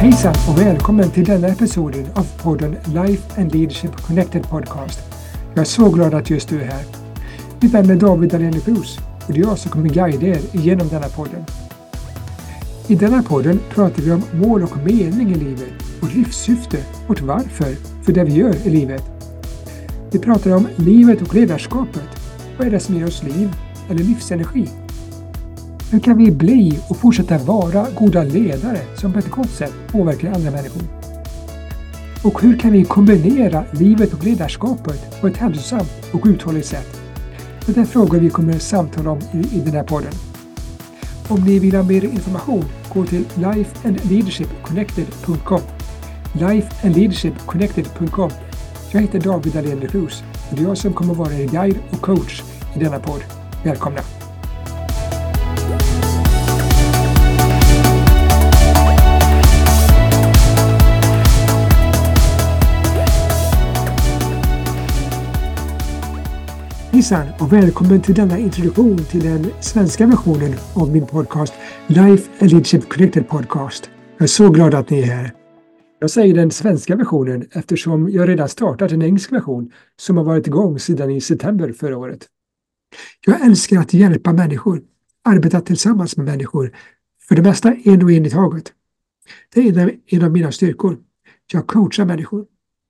Hejsan och välkommen till denna episoden av podden Life and Leadership Connected Podcast. Jag är så glad att just du är här. Mitt namn är David Dahlén Cruz och det är jag som kommer guida er igenom denna podden. I denna podden pratar vi om mål och mening i livet, vårt livssyfte och varför för det vi gör i livet. Vi pratar om livet och ledarskapet. Vad är det som ger oss liv eller livsenergi? Hur kan vi bli och fortsätta vara goda ledare som på ett gott sätt påverkar andra människor? Och hur kan vi kombinera livet och ledarskapet på ett hälsosamt och uthålligt sätt? Det är frågor vi kommer att samtala om i den här podden. Om ni vill ha mer information, gå till lifeandleadershipconnected.com. lifeandleadershipconnected.com. Jag heter David Dahlén Cruz och det är jag som kommer vara er guide och coach i denna podd. Välkomna! Hejsan och välkommen till denna introduktion till den svenska versionen av min podcast Life and Leadership Connected Podcast. Jag är så glad att ni är här. Jag säger den svenska versionen eftersom jag redan startat en engelsk version som har varit igång sedan i september förra året. Jag älskar att hjälpa människor, arbeta tillsammans med människor, för det mesta en och en i taget. Det är en av mina styrkor. Jag coachar människor.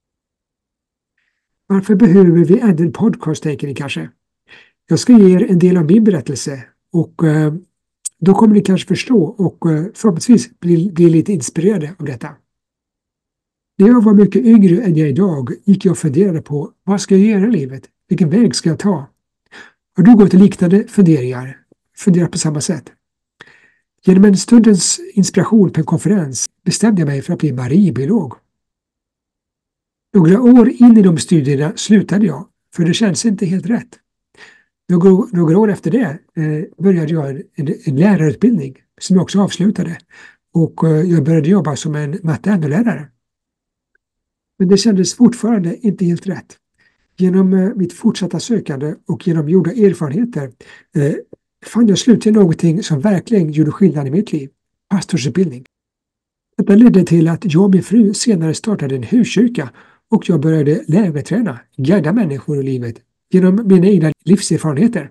Varför behöver vi en podcast, tänker ni kanske? Jag ska ge er en del av min berättelse och då kommer ni kanske förstå och förhoppningsvis bli lite inspirerade av detta. När jag var mycket yngre än jag idag gick jag och funderade på vad ska jag göra i livet? Vilken väg ska jag ta? Har du gått liknande funderingar? Funderat på samma sätt? Genom en stundens inspiration på en konferens bestämde jag mig för att bli marinbiolog. Några år in i de studierna slutade jag, för det känns inte helt rätt. Några år efter det började jag en lärarutbildning som jag också avslutade. Och jag började jobba som en matte-lärare. Men det kändes fortfarande inte helt rätt. Genom mitt fortsatta sökande och genom gjorda erfarenheter fann jag slutligen någonting som verkligen gjorde skillnad i mitt liv. Pastorsutbildning. Detta ledde till att jag och min fru senare startade en huskyrka. Och jag började lägerträna, guida människor i livet genom mina egna livserfarenheter.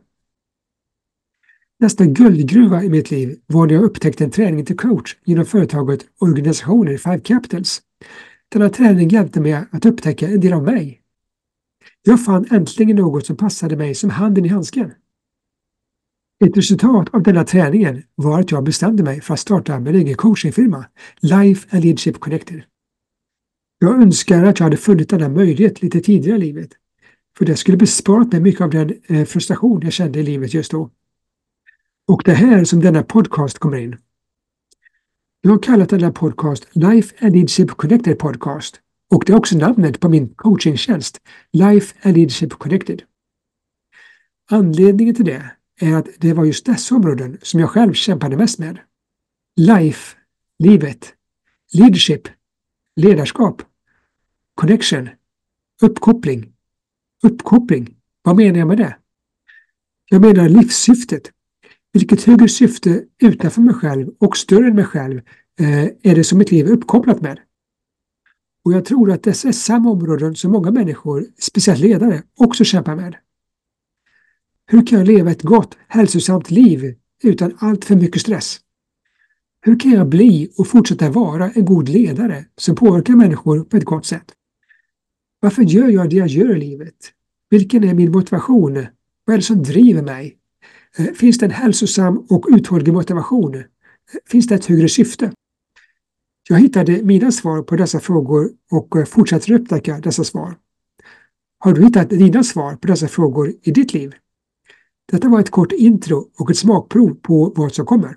Nästa guldgruva i mitt liv var när jag upptäckte en träning till coach genom företaget organisationen Five Capitals. Denna träning hjälpte mig att upptäcka en del av mig. Jag fann äntligen något som passade mig som handen i handsken. Ett resultat av denna träningen var att jag bestämde mig för att starta min egen coachingfirma, Life and Leadership Connected. Jag önskar att jag hade funnit denna möjlighet lite tidigare i livet. För det skulle besparat mig mycket av den frustration jag kände i livet just då. Och det här som denna podcast kommer in. Jag har kallat denna podcast Life and Leadership Connected Podcast. Och det är också namnet på min coachingtjänst, Life and Leadership Connected. Anledningen till det är att det var just dessa områden som jag själv kämpade mest med. Life, livet, leadership, ledarskap, connection, uppkoppling. Vad menar jag med det? Jag menar livssyftet. Vilket högre syfte utanför mig själv och större än mig själv är det som mitt liv är uppkopplat med? Och jag tror att dessa är samma områden som många människor, speciellt ledare, också kämpar med. Hur kan jag leva ett gott, hälsosamt liv utan allt för mycket stress? Hur kan jag bli och fortsätta vara en god ledare som påverkar människor på ett gott sätt? Varför gör jag det jag gör i livet? Vilken är min motivation? Vad är det som driver mig? Finns det en hälsosam och uthållig motivation? Finns det ett högre syfte? Jag hittade mina svar på dessa frågor och fortsätter upptäcka dessa svar. Har du hittat dina svar på dessa frågor i ditt liv? Detta var ett kort intro och ett smakprov på vad som kommer.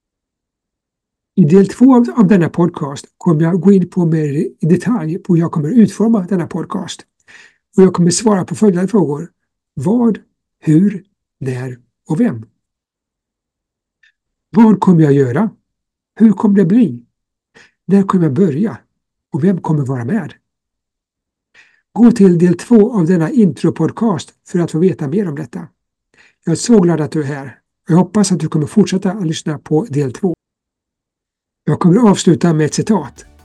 I del 2 av denna podcast kommer jag gå in på mer i detalj på hur jag kommer utforma denna podcast. Och jag kommer svara på följande frågor. Vad, hur, när och vem? Vad kommer jag göra? Hur kommer det bli? När kommer jag börja? Och vem kommer vara med? Gå till del 2 av denna intro-podcast för att få veta mer om detta. Jag är så glad att du är här. Jag hoppas att du kommer fortsätta att lyssna på del 2. Jag kommer avsluta med ett citat.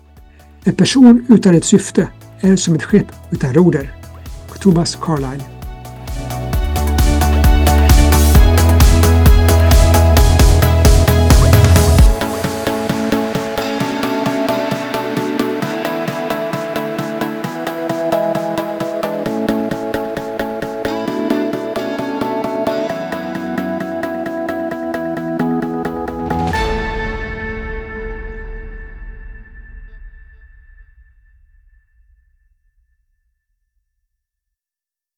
En person utan ett syfte är som ett skepp utan roder. Thomas Carlyle.